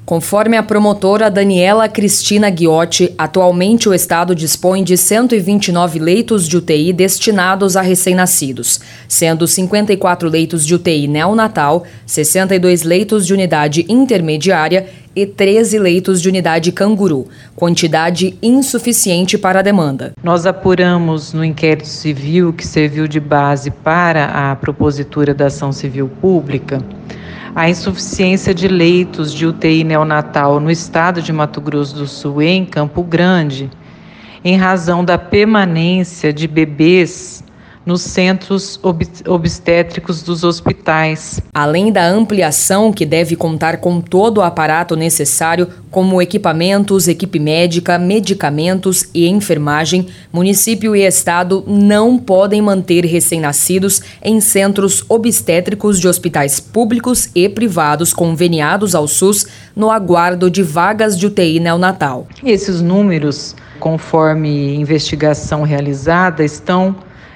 Conforme a promotora Daniela Cristina Ghiotti, atualmente o estado dispõe de 129 leitos de UTI destinados a recém-nascidos, sendo 54 leitos de UTI neonatal, 62 leitos de unidade intermediária e 13 leitos de unidade canguru, quantidade insuficiente para a demanda. Nós apuramos no inquérito civil que serviu de base para a propositura da ação civil pública a insuficiência de leitos de UTI neonatal no estado de Mato Grosso do Sul e em Campo Grande, em razão da permanência de bebês nos centros obstétricos dos hospitais. Além da ampliação, que deve contar com todo o aparato necessário, como equipamentos, equipe médica, medicamentos e enfermagem, município e estado não podem manter recém-nascidos em centros obstétricos de hospitais públicos e privados conveniados ao SUS no aguardo de vagas de UTI neonatal. Esses números, conforme investigação realizada, estão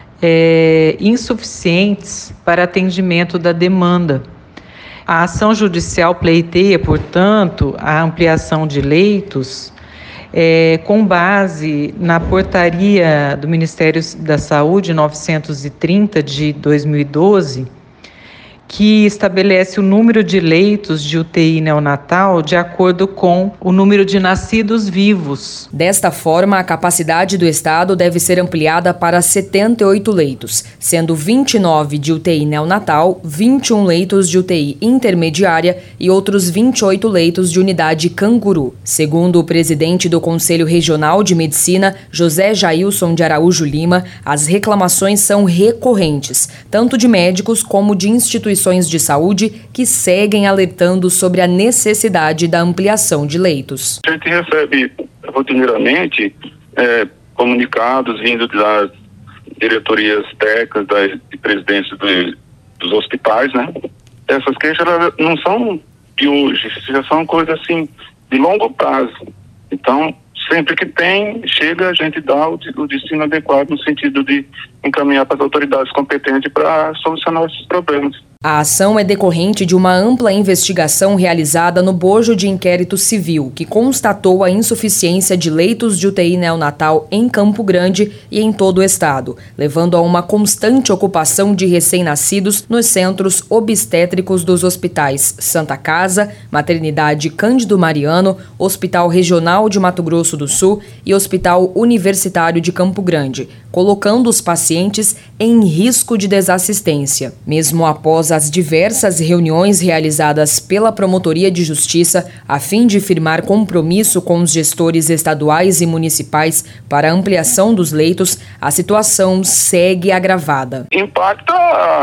insuficientes para atendimento da demanda. A ação judicial pleiteia, portanto, a ampliação de leitos com base na portaria do Ministério da Saúde 930 de 2012, que estabelece o número de leitos de UTI neonatal de acordo com o número de nascidos vivos. Desta forma, a capacidade do estado deve ser ampliada para 78 leitos, sendo 29 de UTI neonatal, 21 leitos de UTI intermediária e outros 28 leitos de unidade canguru. Segundo o presidente do Conselho Regional de Medicina, José Jailson de Araújo Lima, as reclamações são recorrentes, tanto de médicos como de instituições de saúde que seguem alertando sobre a necessidade da ampliação de leitos. A gente recebe rotineiramente comunicados vindo das diretorias técnicas, das presidências dos hospitais, né? Essas queixas não são de hoje, já são coisas assim de longo prazo. Então, sempre que tem, chega, a gente dá o destino adequado no sentido de encaminhar para as autoridades competentes para solucionar esses problemas. A ação é decorrente de uma ampla investigação realizada no bojo de inquérito civil, que constatou a insuficiência de leitos de UTI neonatal em Campo Grande e em todo o estado, levando a uma constante ocupação de recém-nascidos nos centros obstétricos dos hospitais Santa Casa, Maternidade Cândido Mariano, Hospital Regional de Mato Grosso do Sul e Hospital Universitário de Campo Grande, colocando os pacientes em risco de desassistência. Mesmo após as diversas reuniões realizadas pela Promotoria de Justiça a fim de firmar compromisso com os gestores estaduais e municipais para a ampliação dos leitos, a situação segue agravada. Impacta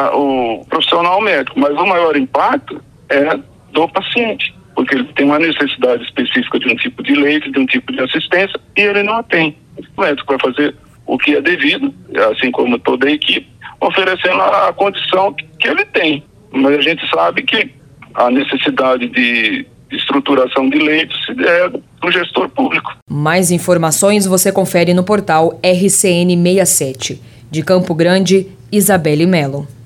o profissional médico, mas o maior impacto é do paciente, porque ele tem uma necessidade específica de um tipo de leito, de um tipo de assistência, e ele não a tem. O médico vai fazer o que é devido, assim como toda a equipe, oferecendo a condição que ele tem. Mas a gente sabe que a necessidade de estruturação de leitos é do gestor público. Mais informações você confere no portal RCN67. De Campo Grande, Isabelle Melo.